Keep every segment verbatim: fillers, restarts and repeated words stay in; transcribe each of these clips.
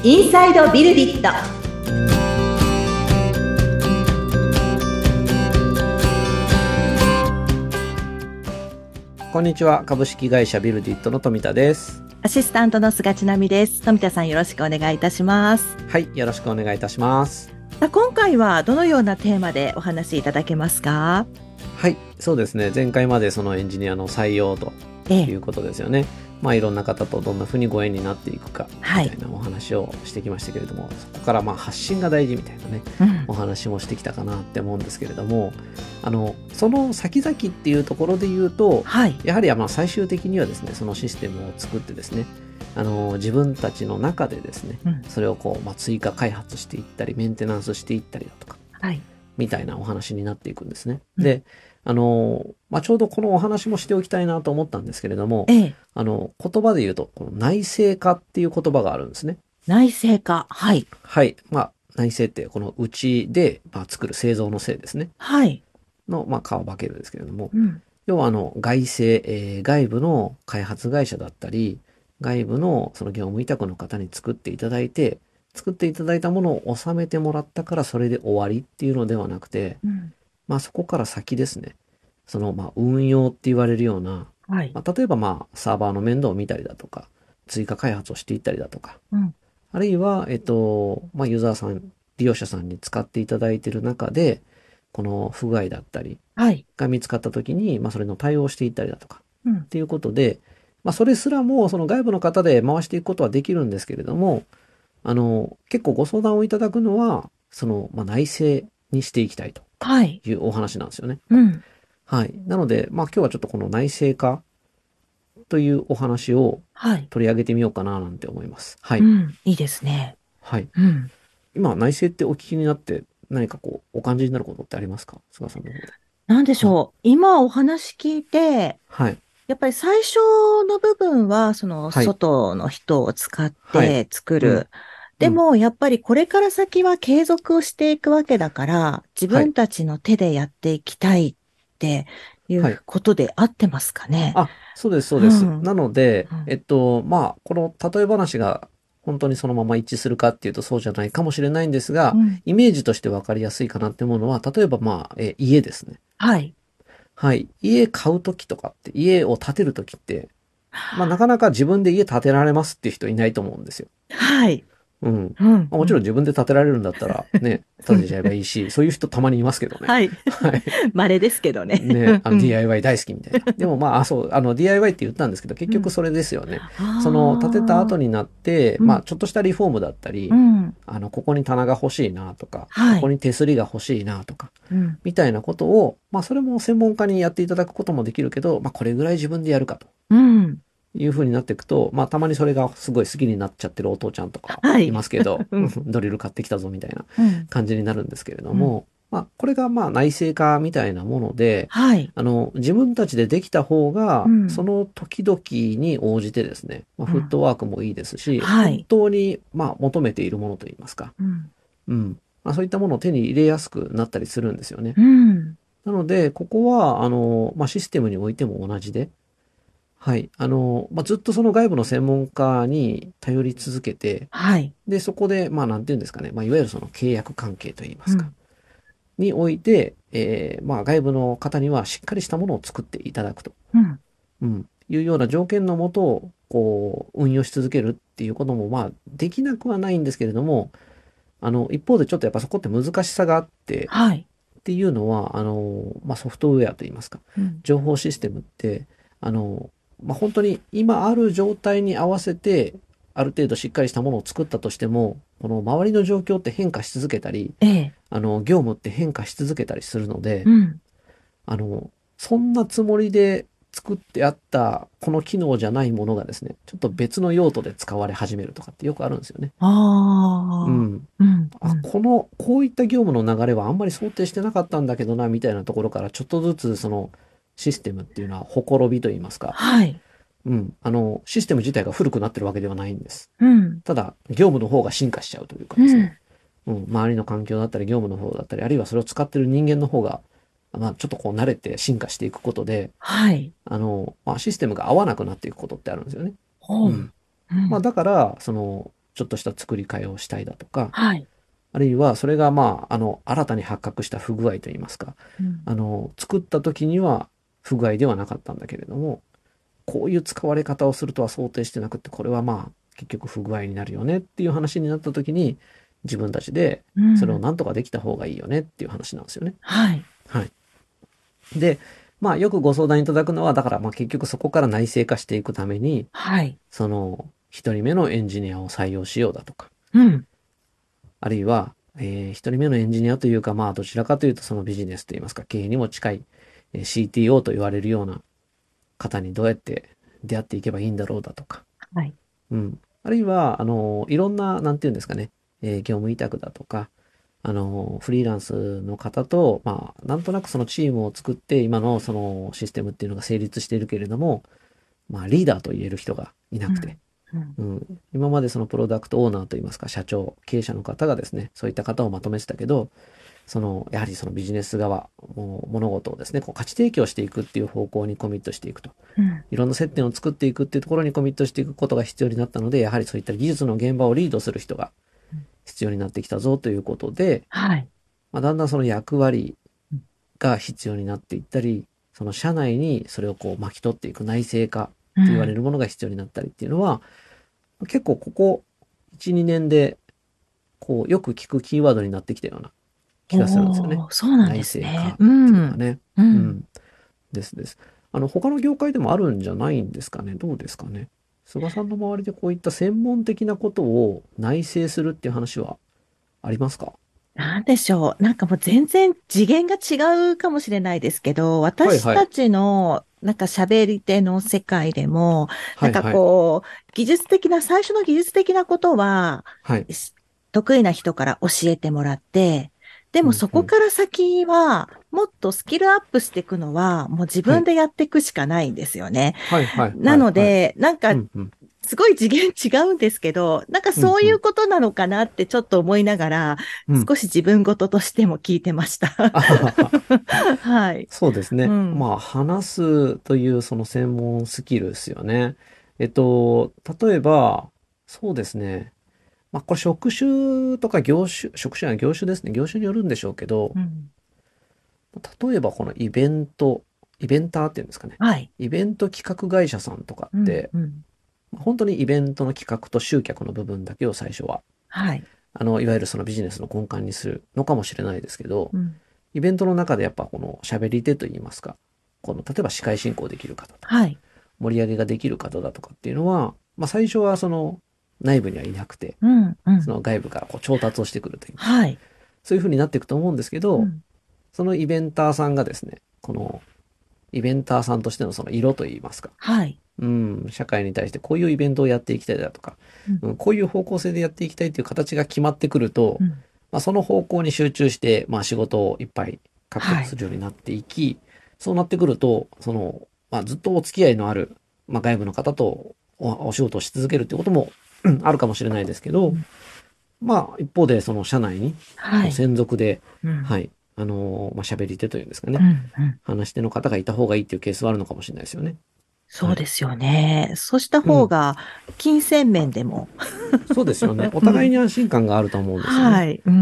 インサイドビルディット。 こんにちは。株式会社ビルディットの富田です。 アシスタントの菅千奈美です。富田さん、よろしくお願いいたします。 はい、よろしくお願いいたします。 さあ、今回はどのようなテーマでお話しいただけますか？ はい、そうですね。前回までそのエンジニアの採用ということですよね。まあいろんな方とどんな風にご縁になっていくかみたいなお話をしてきましたけれども、はい、そこからまあ発信が大事みたいなね、うん、お話もしてきたかなって思うんですけれども、あのその先々っていうところで言うと、はい、やはりまあ最終的にはですね、そのシステムを作ってですね、あの自分たちの中でですね、うん、それをこう、まあ、追加開発していったりメンテナンスしていったりだとか、はい、みたいなお話になっていくんですね。うん、であの、まあ、ちょうどこのお話もしておきたいなと思ったんですけれども、ええ、あの言葉で言うとこの内製化っていう言葉があるんですね。 内製化、はい。 はい。まあ、内製ってこのうちで、まあ、作る製造の製ですね。 はい。 の、まあ、化を化けるですけれども、うん、要はあの外製、えー、外部の開発会社だったり、外部のその業務委託の方に作っていただいて、作っていただいたものを納めてもらったからそれで終わりっていうのではなくて、うん、まあそこから先ですね。そのまあ運用って言われるような、はい、まあ、例えばまあサーバーの面倒を見たりだとか、追加開発をしていったりだとか、うん、あるいは、えっと、まあユーザーさん、利用者さんに使っていただいている中で、この不具合だったりが見つかった時に、はい、まあそれの対応をしていったりだとか、うん、っていうことで、まあそれすらもその外部の方で回していくことはできるんですけれども、あの、結構ご相談をいただくのは、その、まあ内製にしていきたいというお話なんですよね。はい。うん、はい。なので、まあ今日はちょっとこの内製化というお話を取り上げてみようかななんて思います。はい。 うん、いいですね。 はい。うん、今、内製ってお聞きになって何かこう、お感じになることってありますか？菅さんの方で。 なんでしょう。はい、今お話聞いて、はい。やっぱり最初の部分は、その外の人を使って作る。はいはい、うん、でも、やっぱりこれから先は継続をしていくわけだから、自分たちの手でやっていきたいっていうことで合ってますかね。 はい、あ、そうです、そうです。うん、なので、えっと、まあ、この例え話が本当にそのまま一致するかっていうとそうじゃないかもしれないんですが、うん、イメージとして分かりやすいかなってものは、例えばまあ、え家ですね。はい。はい。家買うときとかって、家を建てるときって、まあなかなか自分で家建てられますっていう人いないと思うんですよ。はい。うん。うん、まあ、もちろん自分で建てられるんだったらね、建てちゃえばいいし、そういう人たまにいますけどね。 はい。はい。稀ですけどね。 ね、あの ディーアイワイ 大好きみたいな。でもまあ、そう、あの ディーアイワイ って言ったんですけど、結局それですよね。うん、その建てた後になって、まあちょっとしたリフォームだったり、うん、あの、ここに棚が欲しいなとか、はい、ここに手すりが欲しいなとか、うん、みたいなことを、まあそれも専門家にやっていただくこともできるけど、まあこれぐらい自分でやるかと。うんいう風になっていくと、まあたまにそれがすごい好きになっちゃってるお父ちゃんとかいますけど、はいうん、ドリル買ってきたぞみたいな感じになるんですけれども、うん、まあこれがまあ内製化みたいなもので、はい、あの自分たちでできた方が、うん、その時々に応じてですね、まあ、フットワークもいいですし、うんはい、本当にまあ求めているものといいますか、うんうんまあ、そういったものを手に入れやすくなったりするんですよね。うん、なので、ここはあの、まあ、システムにおいても同じで、はい。あの、まあ、ずっとその外部の専門家に頼り続けて、はい。で、そこで、まあ、なんていうんですかね、まあ、いわゆるその契約関係といいますか、うん、において、えー、まあ、外部の方にはしっかりしたものを作っていただくと、うん。うん。いうような条件のもとを、こう、運用し続けるっていうことも、まあ、できなくはないんですけれども、あの、一方でちょっとやっぱそこって難しさがあって、はい。っていうのは、あの、まあ、ソフトウェアといいますか、うん、情報システムって、あの、まあ、本当に今ある状態に合わせて、ある程度しっかりしたものを作ったとしても、この周りの状況って変化し続けたり、ええ、あの、業務って変化し続けたりするので、うん、あの、そんなつもりで作ってあったこの機能じゃないものがですね、ちょっと別の用途で使われ始めるとかってよくあるんですよね。ああ。うん。うん。あ、この、こういった業務の流れはあんまり想定してなかったんだけどな、みたいなところからちょっとずつそのシステムっていうのはほころびと言いますか。はい。うん。あの、システム自体が古くなってるわけではないんです。うん。ただ、業務の方が進化しちゃうというかですね。うん。うん、周りの環境だったり、業務の方だったり、あるいはそれを使ってる人間の方が、まあ、ちょっとこう慣れて進化していくことで、はい。あの、まあ、システムが合わなくなっていくことってあるんですよね。うん。うん、まあ、だから、その、 ちょっとした作り替えをしたいだとか、 はい。 あるいはそれがまあ、あの、新たに発覚した不具合といいますか、 うん。 あの、作った時には不具合ではなかったんだけれども、こういう使われ方をするとは想定してなくて、これはまあ、結局不具合になるよねっていう話になった時に、自分たちでそれをうん。 なんとかできた方がいいよねっていう話なんですよね。 はい。 はい。で、まあよくご相談いただくのは、だからまあ結局そこから内製化していくために、 はい。 その一人目のエンジニアを採用しようだとか、 うん。 あるいは、えー、一人目のエンジニアというか、まあどちらかというとそのビジネスといいますか、経営にも近い、えー シーティーオー と言われるような方にどうやって出会っていけばいいんだろうだとか、 はい。 うん。あるいは、あの、いろんな、なんていうんですかね、えー業務委託だとか、あの、フリーランスの方と、まあ、なんとなくそのチームを作って、今のそのシステムっていうのが成立しているけれども、まあ、リーダーと言える人がいなくて、 うん。うん。 うん、今までそのプロダクトオーナーといいますか、社長、経営者の方がですね、そういった方をまとめてたけど、その、やはりそのビジネス側、もう物事をですね、こう価値提供していくっていう方向にコミットしていくと。 うん。 いろんな接点を作っていくっていうところにコミットしていくことが必要になったので、やはりそういった技術の現場をリードする人が必要になってきたぞということで、 はい。 まあ、だんだんその役割うん。 が必要になっていったり、その社内にそれをこう巻き取っていく内製化って言われうん。 るものが必要になったりっていうのは、結構ここいち、にねんで、こうよく聞くキーワードになってきたような気がするんですよね。 おー、そうなんで内すね。 製化っうん。 ていうのがね。 うん。 うん。ですです。あの、他の業界でもあるんじゃないんですかね。どうですかね。菅さんの周りでこういった専門的なことを内製するっていう話はありますか？ なんでしょう。なんかもう全然次元が違うかもしれないですけど、 はいはい。 私たちのなんか喋り手の世界でも、なんかはいはい。 こう、技術的な、最初の技術的なことは、 はい。 し得意な人から教えてもらって、でもうんうん。 そこから先は、もっとスキルアップしていくのは、もう自はい。 分でやっていくしかないんですよね。 はいはいなはいはい。 ので、なんかうんうん。 すごい次元違うんですけど、なんかそういううんうん。 ことなのかなってちょっと思いながら、 うん。 少し自分事としても聞いてました。 あははは。 はい。 そうですね。 うん。 まあ、話すというその専門スキルですよね。えっと、例えば、そうですね。まあ、これ職種とか業種、職種は業種ですね。業種によるんでしょうけど、 うん。 例えばこのイベント、イベンターっていうんですかね。 はい。 イベント企画会社さんとかうん。 って、 うん。 本当にイベントの企画と集客の部分だけを最初は、 はい。 あの、いわゆるそのビジネスの根幹にするのかもしれないですけど、 うん。 イベントの中でやっぱこの喋り手といいますか、この、例えば司会進行できる方とか、 はい。 盛り上げができる方だとかっていうのは、まあ最初はその内部にはいなくて、 うん。うん。 その外部からこう調達をしてくるといいますか、 はい。 そういう風になっていくと思うんですけど、 うん。 そのイベンターさんがですね、このイベンターさんとしてのその色といいますか、 はい。 うん、社会に対してこういうイベントをやっていきたいだとか、 うん。 うん、こういう方向性でやっていきたいという形が決まってくると、 うん。 まあ、その方向に集中して、まあ、仕事をいっぱい獲はい。 得するようになっていき、そうなってくると、その、まあ、ずっとお付き合いのある、まあ、外部の方とお、お仕事をし続けるってこともうんあるかもしれないですけど、 うん。 まあ、一方で、その社内に、こうはい。 専属で、 うん。 はい、あのーまあ、喋り手というんですかね、 うん。うん。 話し手の方がいた方がいいっていうケースはあるのかもしれないですよね。はい。 そうですよね。そうしたうん。 方が、金銭面でも。 そうですよね。おうん。 互いに安心感があると思うんですよね。 はい。うん。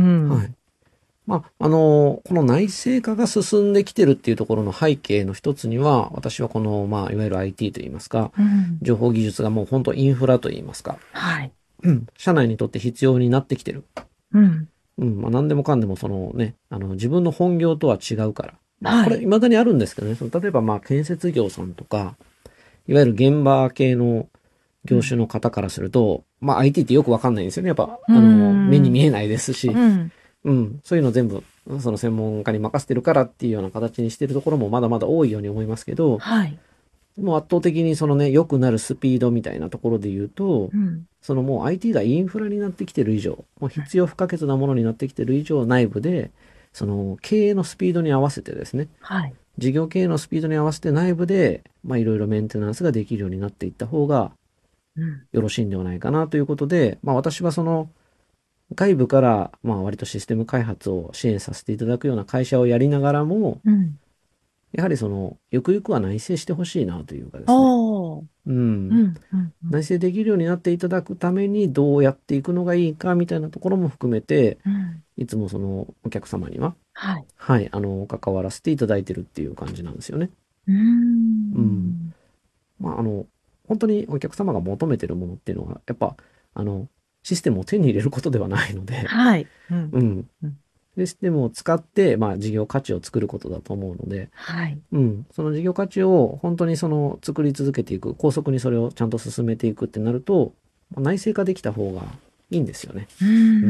はい。まあ、あの、この内製化が進んできてるっていうところの背景の一つには、私はこの、まあ、いわゆる アイティー といいますか、 うん。 情報技術がもう本当インフラといいますか、 はい。 うん、社内にとって必要になってきてる。 うん。 うん、まあ、何でもかんでもそのね、あの、自分の本業とは違うから。まあ、これはい。 未だにあるんですけどね、その例えばまあ、建設業さんとか、いわゆる現場系のうん。 業種の方からすると、まあ アイティー ってよくわかんないんですよね。やっぱ、 うあの、目にん。 見えないですし、 うん。 うん、そういうの全部、その専門家に任せてるからっていうような形にしてるところもまだまだ多いように思いますけど、 はい。 もう圧倒的にそのね、良くなるスピードみたいなところで言うと、 うん。 そのもう アイティー がインフラになってきてる以上、もう必要不可欠なものになってきてる以上、内部で、その経営のスピードに合わせてですね、 はい。 事業経営のスピードに合わせて内部で、まあいろいろメンテナンスができるようになっていった方がうん。 よろしいんではないかなということで、まあ私はその外部からまあ割とシステム開発を支援させていただくような会社をやりながらも、 うん。 やはりその、ゆくゆくは内製してほしいなというかですね。 おー。 うん。内製できるようになっていただくためにどうやっていくのがいいかみたいなところも含めて、うん、いつもそのお客様には、はい。はい、あの、関わらせていただいてるっていう感じなんですよね。うん。うん。まあ、あの、本当にお客様が求めてるものっていうのは、やっぱ、あの、システムを手に入れることではないので、はい。うん。うん。システムを使って、まあ、事業価値を作ることだと思うので、はい。うん。その事業価値を本当にその作り続けていく、高速にそれをちゃんと進めていくってなると、内製化できた方がいいんですよね。うん。うん、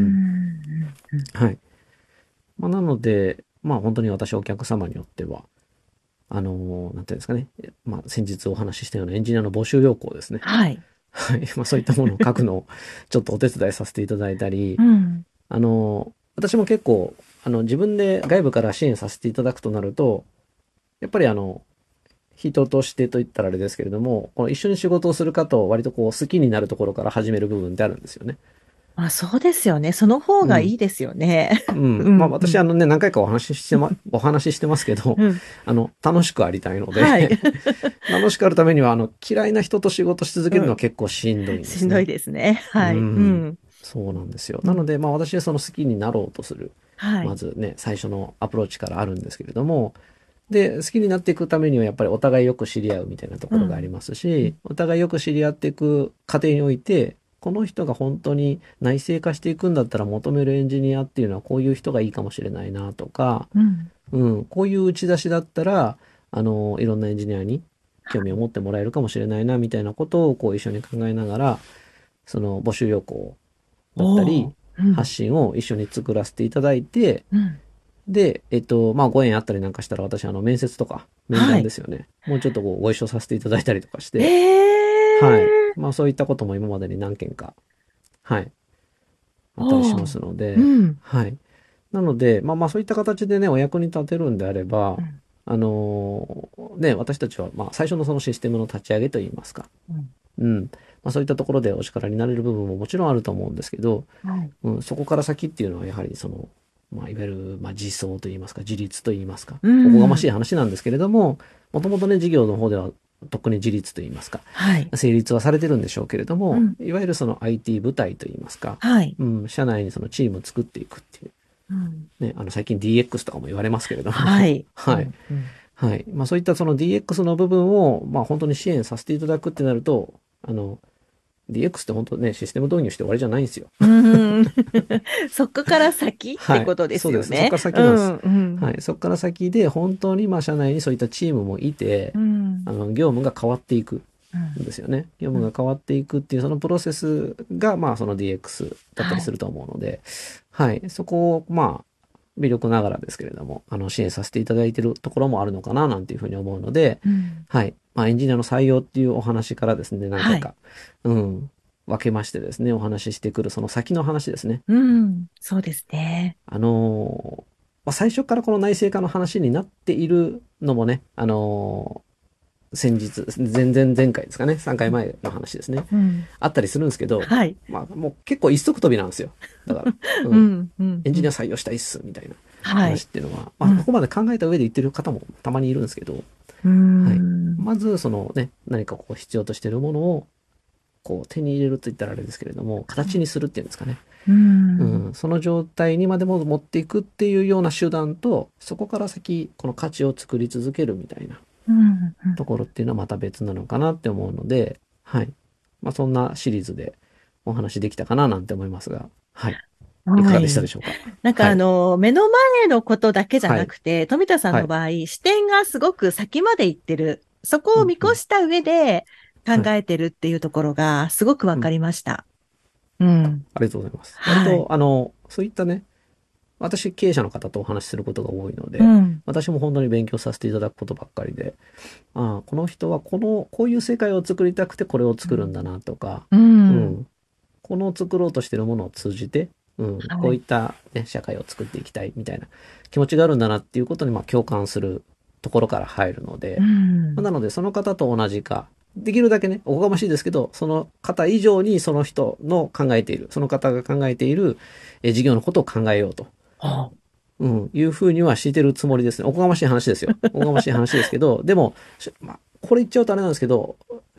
はい。まあ、なので、まあ本当に私お客様によっては、あのー、なんていうんですかね。まあ先日お話ししたようなエンジニアの募集要項ですね。はい。はい。まあそういったものを書くのをちょっとお手伝いさせていただいたり、うん、あのー、私も結構、あの、自分で外部から支援させていただくとなると、やっぱりあの、人としてと言ったらあれですけれども、この一緒に仕事をする方を割とこう好きになるところから始める部分ってあるんですよね。 あ、そうですよね。その方がいいですよね。 うん。うん、まあ私、あのね、何回かお話ししてま、お話ししてますけど、うん、あの、楽しくありたいので、はい、楽しくあるためには、あの、嫌いな人と仕事し続けるのは結構しんどいんですね。 しんどいですね。はい。うん。 そうなんですよ。なので、まあ私はその好きになろうとする、はい、まずね、最初のアプローチからあるんですけれども、で、好きになっていくためにはやっぱりお互いよく知り合うみたいなところがありますし、うん、お互いよく知り合っていく過程において、この人が本当に内製化していくんだったら求めるエンジニアっていうのはこういう人がいいかもしれないなとか、うん、うん、こういう打ち出しだったら、あの、いろんなエンジニアに興味を持ってもらえるかもしれないなみたいなことをこう一緒に考えながら、その募集要項だったり、うん、発信を一緒に作らせていただいて、うんで、えっと、まあ、ご縁あったりなんかしたら、私、あの、面接とか、面談ですよね。はい、もうちょっとこうご一緒させていただいたりとかして、えー、はい。まあ、そういったことも今までに何件か、はい、あったりしますので、うん、はい。なので、まあまあ、そういった形でね、お役に立てるんであれば、うん、あのー、ね、私たちは、まあ、最初のそのシステムの立ち上げといいますか、うん。うん。まあ、そういったところでお力になれる部分ももちろんあると思うんですけど、はい、うん、そこから先っていうのは、やはりその、まあ、いわゆる、まあ、自走といいますか、自立といいますか、うん、おこがましい話なんですけれども、もともとね、事業の方では、とっくに自立といいますか、はい、成立はされてるんでしょうけれども、うん、いわゆるその アイティー 部隊といいますか、はい、うん、社内にそのチームを作っていくっていう、うん、ね、あの、最近 ディーエックス とかも言われますけれども、はい。はい。うん、はい。まあ、そういったその ディーエックス の部分を、まあ、本当に支援させていただくってなると、あの、ディーエックス って本当ね、システム導入して終わりじゃないんですよ。 うんそこから先ってことですよね。はい、そうです。 そこから先なんです。うんうん、はい。そこから先で本当にまあ社内にそういったチームもいて、うん、あの業務が変わっていくんですよね。業務が変わっていくっていうそのプロセスがまあその ディーエックス だったりすると思うので、はい、はい。そこをまあ微力ながらですけれども、あの支援させていただいているところもあるのかななんていうふうに思うので、うん、はい。まあエンジニアの採用っていうお話からですね、何回か、はい、うん、分けましてですね、お話ししてくるその先の話ですね。 うん、そうですね。 あのー、まあ、最初からこの内製化の話になっているのもね、あのー、先日、前々前回ですかね、さんかいまえの話ですね。うん、あったりするんですけど、はい。まあ、もう結構一足飛びなんですよ。だから、うん。うん、エンジニア採用したいっす、みたいな話っていうのは、はい、まあ、ここまで考えた上で言ってる方もたまにいるんですけど、うん、はい。まず、そのね、何かこう必要としているものを、こう手に入れると言ったらあれですけれども、形にするっていうんですかね。うん、うん、その状態にまでも持っていくっていうような手段と、そこから先、この価値を作り続けるみたいなところっていうのはまた別なのかなって思うので、はい。まあそんなシリーズでお話できたかななんて思いますが、はい。いかがでしたでしょうか。はい、 なんかあの、はい、目の前のことだけじゃなくて、はい、富田さんの場合、はい、視点がすごく先まで行ってる。そこを見越した上で考えてるっていうところがすごくわかりました。うん。うん、 ありがとうございます。割と、あの、そういったね、私、経営者の方とお話しすることが多いので、うん、私も本当に勉強させていただくことばっかりで、ああ、この人はこの、こういう世界を作りたくてこれを作るんだなとか、うん、うん、この作ろうとしているものを通じて、うん、はい、こういった、ね、社会を作っていきたいみたいな気持ちがあるんだなっていうことにまあ共感するところから入るので、うん、なのでその方と同じか、できるだけね、おこがましいですけど、その方以上にその人の考えている、その方が考えているえ事業のことを考えようと。はあ、うん、いうふうにはしてるつもりですね。おこがましい話ですよ。おこがましい話ですけど、でも、まあ、これ言っちゃうとあれなんですけど、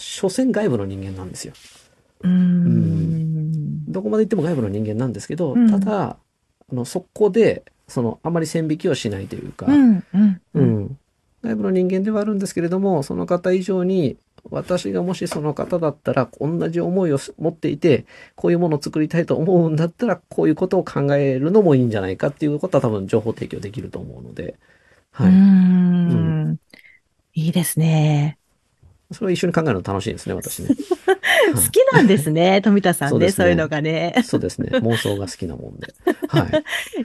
所詮外部の人間なんですよ。 うーん。うんどこまで行っても外部の人間なんですけど、うん、ただ、あの、そこで、その、あまり線引きをしないというか、うん、うん、うん。外部の人間ではあるんですけれども、その方以上に、私がもしその方だったら、同じ思いを持っていて、こういうものを作りたいと思うんだったら、こういうことを考えるのもいいんじゃないかっていうことは多分情報提供できると思うので、はい。うーん、 うん、いいですね。 それを一緒に考えるの楽しいですね、私ね。 好きなんですね、富田さんね、そうですね、そういうのがね。 そうですね。妄想が好きなもんで。はい。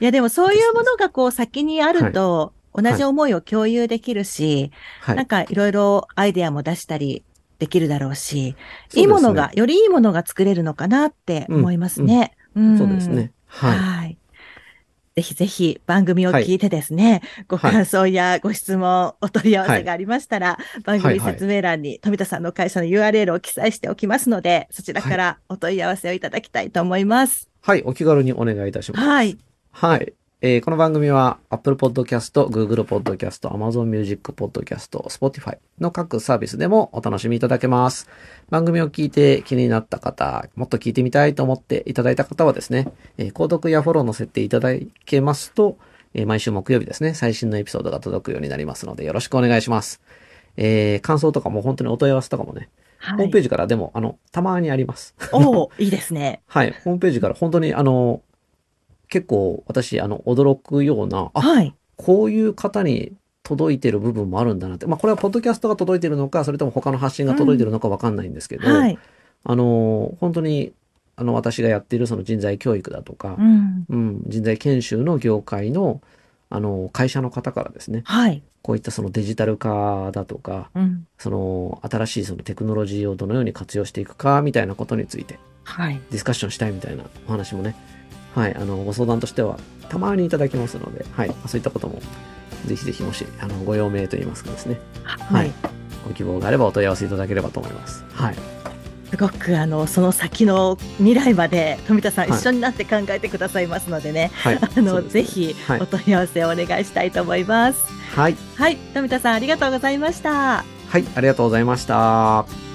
いや、でもそういうものがこう先にあると、同じ思いを共有できるし、はい、なんかいろいろアイデアも出したりできるだろうし、いいものが、よりいいものが作れるのかなって思いますね。 うんうん、そうですね。 はい。はいぜひぜひ番組を聞いてですね、はい、ご感想やご質問、お問い合わせがありましたら、はい、番組説明欄に富田さんの会社の ユーアールエル を記載しておきますので、そちらからお問い合わせをいただきたいと思います。 はい、お気軽にお願いいたします。はい。はい。えー、この番組は Apple Podcast、Google Podcast、Amazon Music Podcast、Spotify の各サービスでもお楽しみいただけます。番組を聞いて気になった方、もっと聞いてみたいと思っていただいた方はですね、えー、購読やフォローの設定いただけますと、えー、毎週木曜日ですね、最新のエピソードが届くようになりますのでよろしくお願いします。えー、感想とかも本当にお問い合わせとかもね、はい、ホームページからでも、あの、たまにあります。 おお、いいですね。 はい、ホームページから本当にあの、結構私、あの、驚くような、あ、はい、こういう方に届いてる部分もあるんだなって。まあ、これはポッドキャストが届いてるのか、それとも他の発信が届いてるのかわかんないんですけど、うんはい、あの、本当に、あの、私がやっているその人材教育だとか、うんうん、人材研修の業界の、あの、会社の方からですね、はい、こういったそのデジタル化だとか、うん、その、新しいそのテクノロジーをどのように活用していくか、みたいなことについて、はい、ディスカッションしたいみたいなお話もね、はい、あの、ご相談としては、たまにいただきますので、はい、そういったことも、ぜひぜひもし、あの、ご用命といいますかですね、はい、はい、ご希望があればお問い合わせいただければと思います。はい。 すごく、あの、その先の未来まで、富田さん、はい、一緒になって考えてくださいますのでね、はい、あの、ね、ぜひ、お問い合わせをお願いしたいと思います。はい。はい、富田さん、ありがとうございました。 はい、ありがとうございました。